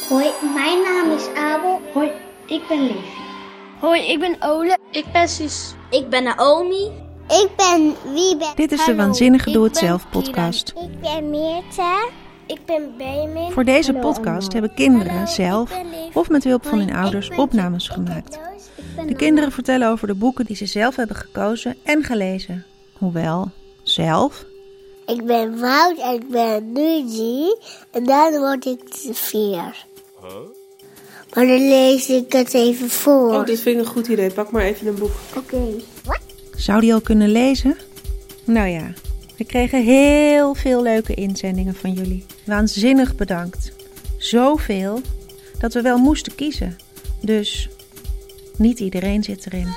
Hoi, mijn naam is Abel. Hoi, ik ben Levi. Hoi, ik ben Ole. Ik ben Sis. Ik ben Naomi. Ik ben Wiebe. Dit is de Waanzinnige Doe Het Zelf podcast. Ik ben Meerte. Ik ben Benjamin. Voor deze podcast hebben kinderen zelf of met hulp van hun ouders opnames gemaakt. De kinderen vertellen over de boeken die ze zelf hebben gekozen en gelezen. Hoewel, zelf... Ik ben Wout en ik ben nu 3 en dan word ik 4. Maar dan lees ik het even voor. Oh, dit vind ik een goed idee. Pak maar even een boek. Oké. Zou die al kunnen lezen? Nou ja, we kregen heel veel leuke inzendingen van jullie. Waanzinnig bedankt. Zoveel dat we wel moesten kiezen. Dus niet iedereen zit erin.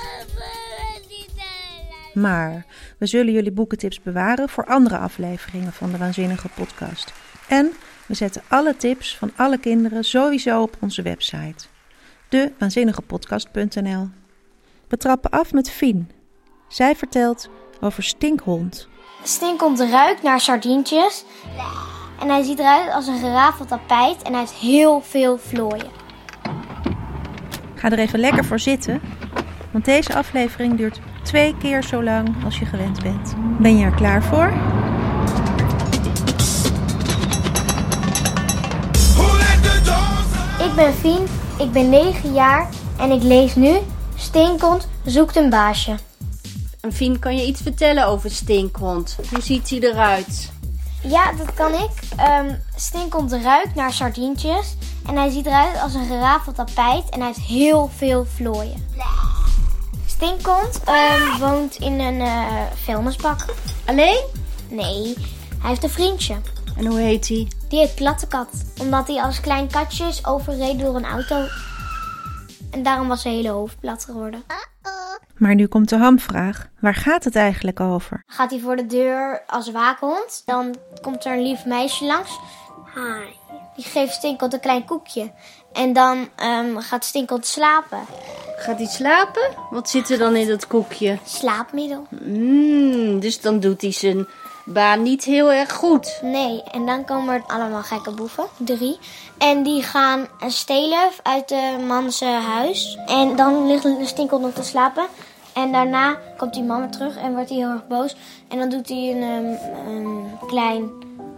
Maar we zullen jullie boekentips bewaren voor andere afleveringen van de Waanzinnige podcast. En we zetten alle tips van alle kinderen sowieso op onze website. dewaanzinnigepodcast.nl. We trappen af met Fien. Zij vertelt over Stinkhond. Stinkhond ruikt naar sardientjes. En hij ziet eruit als een gerafeld tapijt en hij heeft heel veel vlooien. Ga er even lekker voor zitten, want deze aflevering duurt 2 keer zo lang als je gewend bent. Ben je er klaar voor? Ik ben Fien, ik ben 9 jaar en ik lees nu Stinkhond zoekt een baasje. En Fien, kan je iets vertellen over Stinkhond? Hoe ziet hij eruit? Ja, dat kan ik. Stinkhond ruikt naar sardientjes en hij ziet eruit als een gerafeld tapijt en hij heeft heel veel vlooien. Stinkhond woont in een vuilnisbak. Alleen? Nee, hij heeft een vriendje. En hoe heet hij? Die heet Platte Kat, omdat hij als klein katje is overreden door een auto. En daarom was zijn hele hoofd plat geworden. Maar nu komt de hamvraag. Waar gaat het eigenlijk over? Gaat hij voor de deur als waakhond. Dan komt er een lief meisje langs. Hi. Die geeft Stinkhond een klein koekje. En dan gaat Stinkhond slapen. Gaat hij slapen? Wat zit er dan in dat koekje? Slaapmiddel. Dus dan doet hij zijn baan niet heel erg goed. Nee, en dan komen er allemaal gekke boeven. 3. En die gaan stelen uit de man's huis. En dan ligt Stinkhond nog te slapen. En daarna komt die man weer terug en wordt hij heel erg boos. En dan doet hij een klein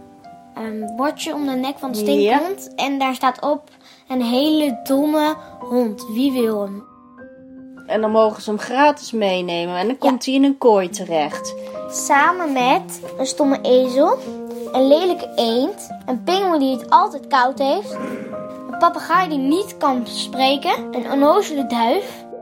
bordje om de nek van de Stinkhond. Ja. En daar staat op een hele domme hond. Wie wil hem? En dan mogen ze hem gratis meenemen. En dan komt hij in een kooi terecht. Samen met een stomme ezel, een lelijke eend, een pinguïn die het altijd koud heeft, een papegaai die niet kan spreken, een onnozele duif.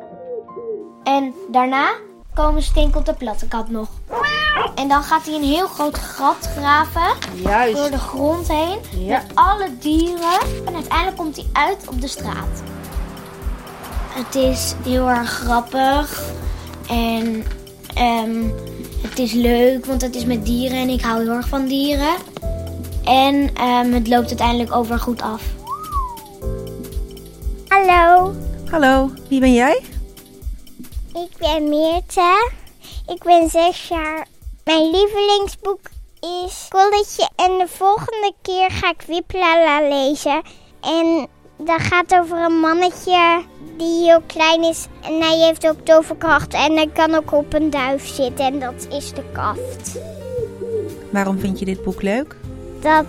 En daarna komen Stinkhond de Platte Kat nog. En dan gaat hij een heel groot gat graven. Juist. Door de grond heen. Ja. Met alle dieren. En uiteindelijk komt hij uit op de straat. Het is heel erg grappig. En het is leuk, want het is met dieren en ik hou heel erg van dieren. En het loopt uiteindelijk over goed af. Hallo. Hallo, wie ben jij? Ik ben Meerte. Ik ben 6 jaar. Mijn lievelingsboek is Kolletje en de volgende keer ga ik Wiplala lezen. En dat gaat over een mannetje die heel klein is en hij heeft ook toverkracht en hij kan ook op een duif zitten en dat is de kaft. Waarom vind je dit boek leuk? Dat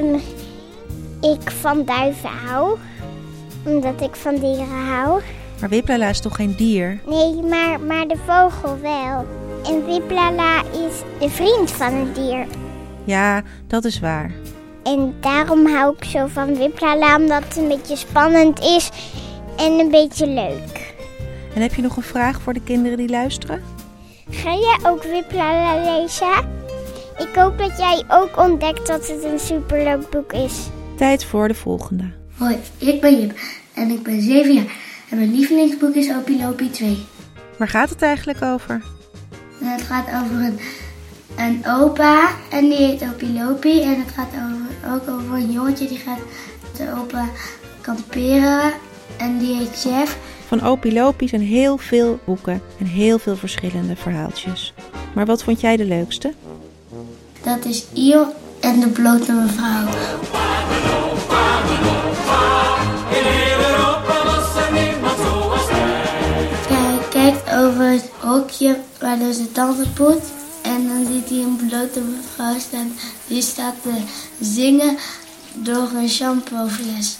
ik van duiven hou, omdat ik van dieren hou. Maar Wiplala is toch geen dier? Nee, maar de vogel wel. En Wiplala is de vriend van het dier. Ja, dat is waar. En daarom hou ik zo van Wiplala, omdat het een beetje spannend is en een beetje leuk. En heb je nog een vraag voor de kinderen die luisteren? Ga jij ook Wiplala lezen? Ik hoop dat jij ook ontdekt dat het een superleuk boek is. Tijd voor de volgende. Hoi, ik ben Jip en ik ben 7 jaar. En mijn lievelingsboek is Opie 2. Waar gaat het eigenlijk over? Het gaat over een opa en die heet Opie. En het gaat ook over een jongetje die gaat de opa kamperen en die heet Jeff. Van Opie zijn heel veel boeken en heel veel verschillende verhaaltjes. Maar wat vond jij de leukste? Dat is Iel en de blote mevrouw. zakje waar dus de tandenpoet. En dan ziet hij een blote mevrouw staan. Die staat te zingen door een shampoofles.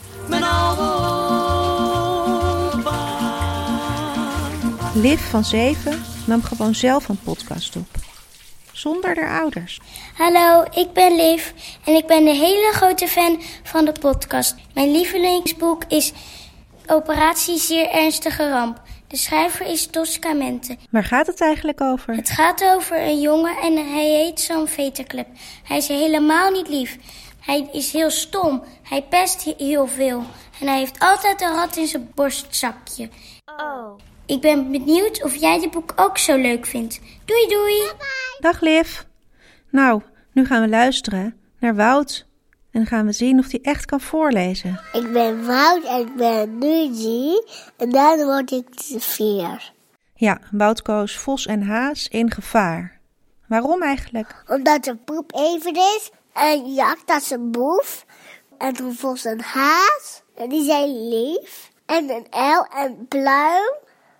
Liv van 7 nam gewoon zelf een podcast op. Zonder haar ouders. Hallo, ik ben Liv en ik ben een hele grote fan van de podcast. Mijn lievelingsboek is Operatie Zeer Ernstige Ramp. De schrijver is Tosca Mente. Waar gaat het eigenlijk over? Het gaat over een jongen en hij heet Sam Veterklep. Hij is helemaal niet lief. Hij is heel stom. Hij pest heel veel. En hij heeft altijd een rat in zijn borstzakje. Oh. Ik ben benieuwd of jij dit boek ook zo leuk vindt. Doei doei! Dag Liv. Nou, nu gaan we luisteren naar Wout. En dan gaan we zien of hij echt kan voorlezen. Ik ben Wout en ik ben nu 3 en dan word ik 4. Ja, Wout koos Vos en Haas in gevaar. Waarom eigenlijk? Omdat er poep even is en Jak, dat is een boef. En toen Vos en Haas en die zijn lief. En een uil en pluim.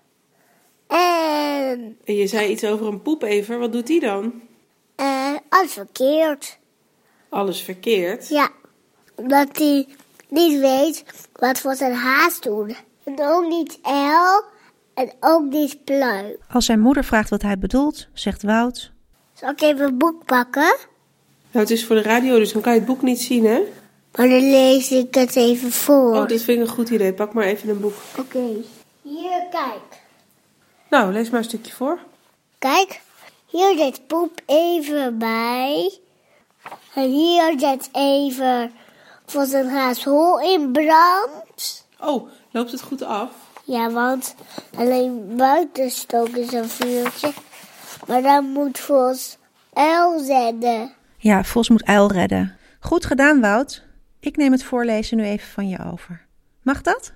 En je zei iets over een poepever. Wat doet die dan? alles verkeerd. Alles verkeerd? Ja, omdat hij niet weet wat Vos en Haas doen. En ook niet uil en ook niet pluim. Als zijn moeder vraagt wat hij bedoelt, zegt Wout. Zal ik even een boek pakken? Nou, het is voor de radio, dus dan kan je het boek niet zien, hè? Maar dan lees ik het even voor. Oh, dat vind ik een goed idee. Pak maar even een boek. Oké. Hier, kijk. Nou, lees maar een stukje voor. Kijk, hier zit poep even bij. En hier zit even Vos en Haas hol in brand. Oh, loopt het goed af? Ja, want alleen buiten stoken is een vuurtje. Maar dan moet Vos uil redden. Ja, Vos moet uil redden. Goed gedaan, Wout. Ik neem het voorlezen nu even van je over. Mag dat?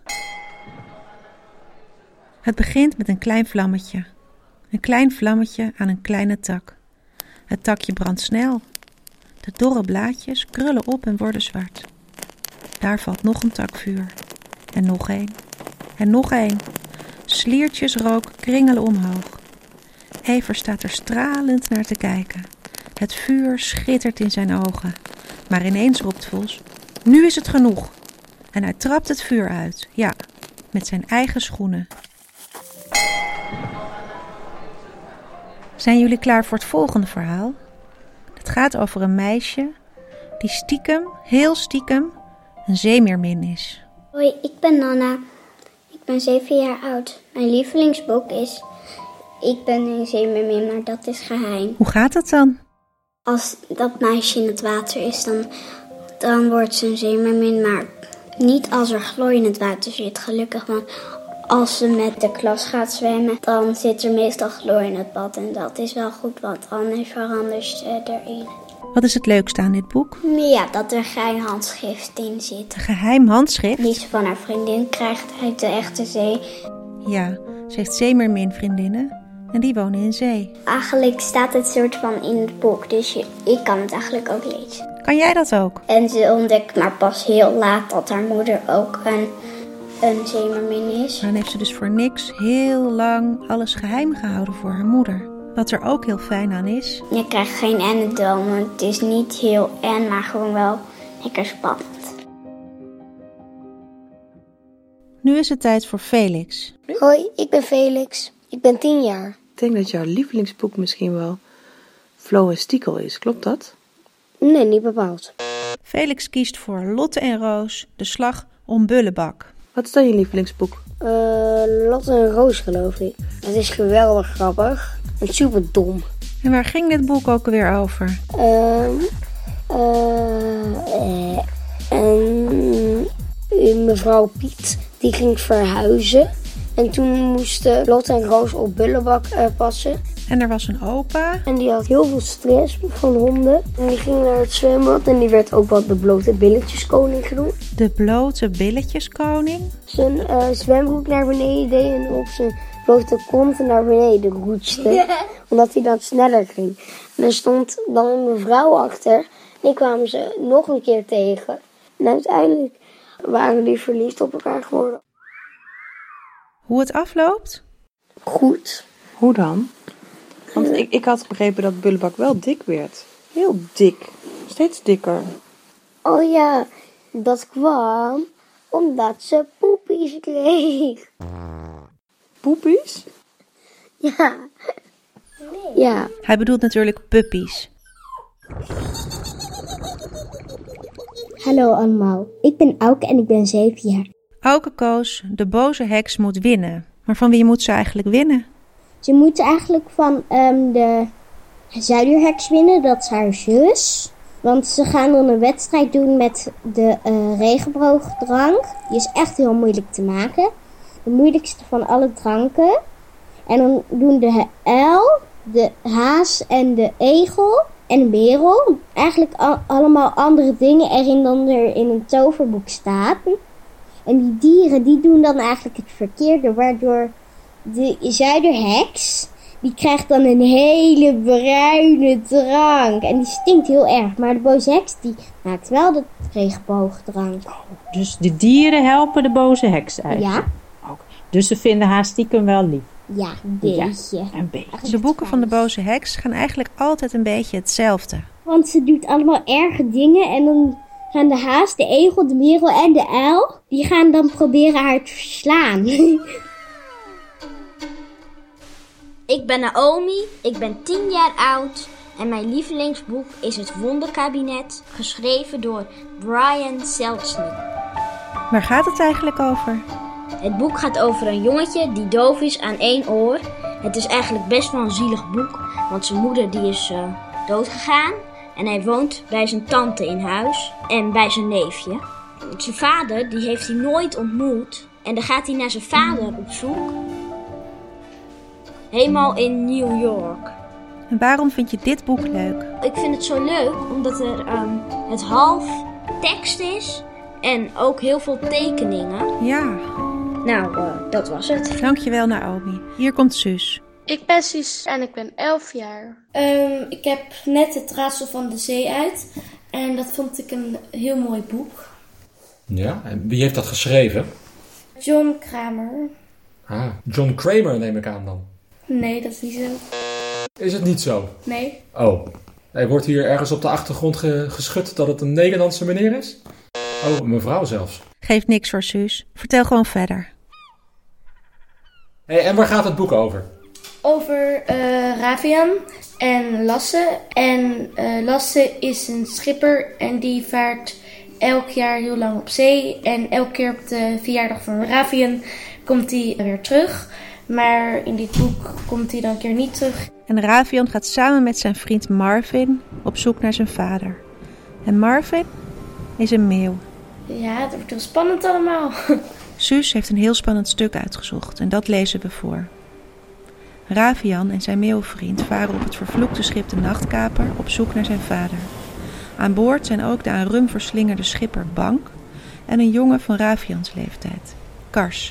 Het begint met een klein vlammetje. Een klein vlammetje aan een kleine tak. Het takje brandt snel. De dorre blaadjes krullen op en worden zwart. Daar valt nog een tak vuur. En nog één. En nog één. Sliertjes rook kringelen omhoog. Ever staat er stralend naar te kijken. Het vuur schittert in zijn ogen. Maar ineens roept Vos: nu is het genoeg. En hij trapt het vuur uit. Ja, met zijn eigen schoenen. Zijn jullie klaar voor het volgende verhaal? Het gaat over een meisje die stiekem, heel stiekem, een zeemeermin is. Hoi, ik ben Nana. Ik ben 7 jaar oud. Mijn lievelingsboek is Ik ben een zeemeermin, maar dat is geheim. Hoe gaat het dan? Als dat meisje in het water is, dan wordt ze een zeemeermin, maar niet als er chloor in het water zit, gelukkig. Want als ze met de klas gaat zwemmen, dan zit er meestal chloor in het bad. En dat is wel goed, want anders verandert ze erin. Wat is het leukste aan dit boek? Ja, dat er geheim handschrift in zit. Een geheim handschrift? Die ze van haar vriendin krijgt uit de echte zee. Ja, ze heeft zeemeermin-vriendinnen en die wonen in zee. Eigenlijk staat het soort van in het boek, dus ik kan het eigenlijk ook lezen. Kan jij dat ook? En ze ontdekt maar pas heel laat dat haar moeder ook een zeemeermin is. Dan heeft ze dus voor niks heel lang alles geheim gehouden voor haar moeder. Wat er ook heel fijn aan is. Je krijgt geen Anadol, want het is niet heel maar gewoon wel lekker spannend. Nu is het tijd voor Felix. Hoi, ik ben Felix. Ik ben 10 jaar. Ik denk dat jouw lievelingsboek misschien wel Flo en Stiekel is. Klopt dat? Nee, niet bepaald. Felix kiest voor Lotte en Roos, de slag om Bullebak. Wat is dan je lievelingsboek? Lotte en Roos, geloof ik. Het is geweldig grappig en super dom. En waar ging dit boek ook weer over? Mevrouw Piet, die ging verhuizen. En toen moesten Lotte en Roos op Bullebak passen. En er was een opa. En die had heel veel stress van honden. En die ging naar het zwembad en die werd ook wel de blote billetjeskoning genoemd. De blote billetjeskoning? Zijn zwembroek naar beneden deed en op zijn blote kont naar beneden roetste. Omdat hij dan sneller ging. En er stond dan een mevrouw achter. En die kwamen ze nog een keer tegen. En uiteindelijk waren die verliefd op elkaar geworden. Hoe het afloopt? Goed. Hoe dan? Want ik had begrepen dat Bullebak wel dik werd. Heel dik. Steeds dikker. Oh ja, dat kwam omdat ze poepies kreeg. Poepies? Ja. Ja. Hij bedoelt natuurlijk puppies. Hallo allemaal, ik ben Auke en ik ben 7 jaar. Auke koos, de boze heks moet winnen. Maar van wie moet ze eigenlijk winnen? Ze moet eigenlijk van de Zuiderheks winnen, dat is haar zus. Want ze gaan dan een wedstrijd doen met de regenboogdrank. Die is echt heel moeilijk te maken. De moeilijkste van alle dranken. En dan doen de uil, de haas en de egel en de merel eigenlijk allemaal andere dingen erin dan er in een toverboek staat. En die dieren die doen dan eigenlijk het verkeerde, waardoor de Zuiderheks, die krijgt dan een hele bruine drank. En die stinkt heel erg. Maar de boze heks, die maakt wel de regenboogdrank. Dus de dieren helpen de boze heks uit? Ja. Ook. Dus ze vinden haar stiekem wel lief? Ja, een beetje. Ja, een beetje. De boeken van de boze heks gaan eigenlijk altijd een beetje hetzelfde. Want ze doet allemaal erge dingen en dan gaan de haas, de egel, de merel en de uil, die gaan dan proberen haar te verslaan. Ik ben Naomi, ik ben 10 jaar oud en mijn lievelingsboek is Het Wonderkabinet, geschreven door Brian Selznick. Waar gaat het eigenlijk over? Het boek gaat over een jongetje die doof is aan 1 oor. Het is eigenlijk best wel een zielig boek, want zijn moeder die is doodgegaan. En hij woont bij zijn tante in huis en bij zijn neefje. Zijn vader die heeft hij nooit ontmoet. En dan gaat hij naar zijn vader op zoek. Helemaal in New York. En waarom vind je dit boek leuk? Ik vind het zo leuk omdat er het half tekst is en ook heel veel tekeningen. Ja. Nou, dat was het. Dankjewel Naomi. Hier komt Suus. Ik ben Suus en ik ben 11 jaar. Ik heb net Het Raadsel van de Zee uit. En dat vond ik een heel mooi boek. Ja, en wie heeft dat geschreven? John Kramer. Ah, John Kramer neem ik aan dan. Nee, dat is niet zo. Is het niet zo? Nee. Oh, er wordt hier ergens op de achtergrond geschud dat het een Nederlandse meneer is? Oh, een mevrouw zelfs. Geeft niks voor Suus. Vertel gewoon verder. Hey, en waar gaat het boek over? Over Ravian en Lasse. En Lasse is een schipper en die vaart elk jaar heel lang op zee. En elke keer op de verjaardag van Ravian komt hij weer terug. Maar in dit boek komt hij dan een keer niet terug. En Ravian gaat samen met zijn vriend Marvin op zoek naar zijn vader. En Marvin is een meeuw. Ja, het wordt heel spannend allemaal. Suus heeft een heel spannend stuk uitgezocht en dat lezen we voor. Ravian en zijn meeuwvriend varen op het vervloekte schip de Nachtkaper op zoek naar zijn vader. Aan boord zijn ook de aan rum verslingerde schipper Bank en een jongen van Ravians leeftijd, Kars.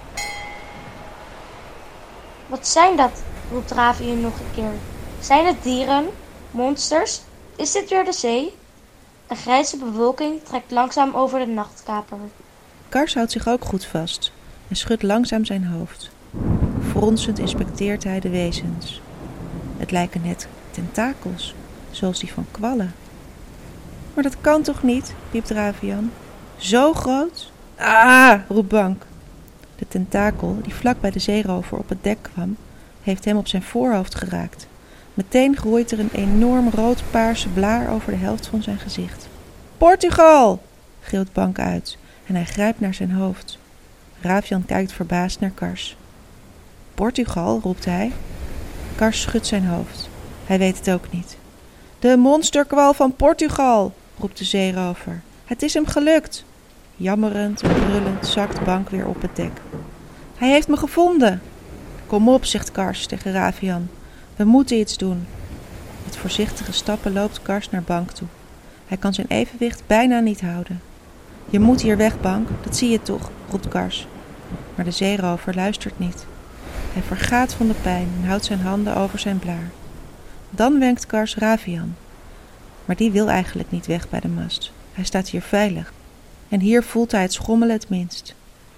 Wat zijn dat? Roept Ravian nog een keer. Zijn het dieren? Monsters? Is dit weer de zee? Een grijze bewolking trekt langzaam over de Nachtkaper. Kars houdt zich ook goed vast en schudt langzaam zijn hoofd. Fronsend inspecteert hij de wezens. Het lijken net tentakels, zoals die van kwallen. Maar dat kan toch niet, piept Ravian. Zo groot? Ah, roept Bank. De tentakel, die vlak bij de zeerover op het dek kwam, heeft hem op zijn voorhoofd geraakt. Meteen groeit er een enorm rood-paarse blaar over de helft van zijn gezicht. Portugal! gilt Bank uit en hij grijpt naar zijn hoofd. Ravian kijkt verbaasd naar Kars. Portugal, roept hij. Kars schudt zijn hoofd. Hij weet het ook niet. De monsterkwal van Portugal, roept de zeerover. Het is hem gelukt. Jammerend en brullend zakt Bank weer op het dek. Hij heeft me gevonden. Kom op, zegt Kars tegen Ravian. We moeten iets doen. Met voorzichtige stappen loopt Kars naar Bank toe. Hij kan zijn evenwicht bijna niet houden. Je moet hier weg, Bank, dat zie je toch, roept Kars. Maar de zeerover luistert niet. Hij vergaat van de pijn en houdt zijn handen over zijn blaar. Dan wenkt Kars Ravian. Maar die wil eigenlijk niet weg bij de mast. Hij staat hier veilig. En hier voelt hij het schommelen het minst.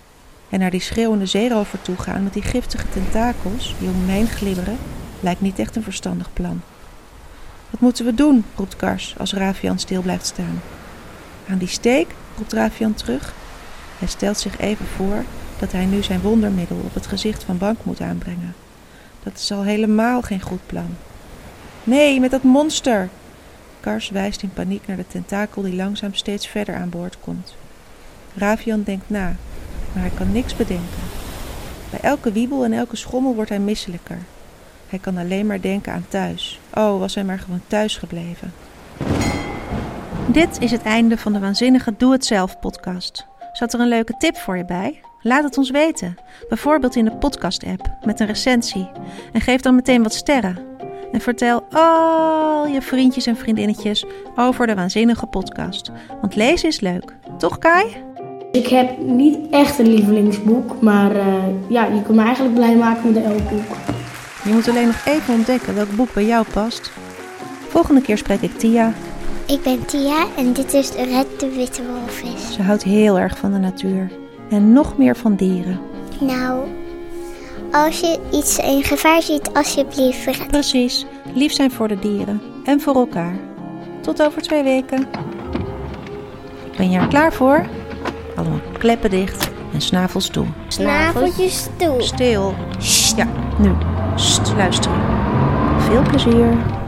En naar die schreeuwende zeerover toe gaan met die giftige tentakels die om hem heen glibberen, lijkt niet echt een verstandig plan. Wat moeten we doen, roept Kars als Ravian stil blijft staan. Aan die steek, roept Ravian terug. Hij stelt zich even voor dat hij nu zijn wondermiddel op het gezicht van Bank moet aanbrengen. Dat is al helemaal geen goed plan. Nee, met dat monster! Kars wijst in paniek naar de tentakel die langzaam steeds verder aan boord komt. Ravian denkt na, maar hij kan niks bedenken. Bij elke wiebel en elke schommel wordt hij misselijker. Hij kan alleen maar denken aan thuis. Oh, was hij maar gewoon thuis gebleven. Dit is het einde van de waanzinnige Doe-het-zelf podcast. Zat er een leuke tip voor je bij? Laat het ons weten. Bijvoorbeeld in de podcast-app met een recensie. En geef dan meteen wat sterren. En vertel al je vriendjes en vriendinnetjes over de waanzinnige podcast. Want lezen is leuk. Toch, Kai? Ik heb niet echt een lievelingsboek, maar je kunt me eigenlijk blij maken met elk boek. Je moet alleen nog even ontdekken welk boek bij jou past. Volgende keer spreek ik Tia. Ik ben Tia en dit is Red de Witte Walvis. Ze houdt heel erg van de natuur. En nog meer van dieren. Nou, als je iets in gevaar ziet, alsjeblieft red. Precies. Lief zijn voor de dieren. En voor elkaar. Tot over 2 weken. Ben je er klaar voor? Allemaal kleppen dicht en snavels toe. Snaveltjes toe. Stil. Ja, nu. Luisteren. Veel plezier.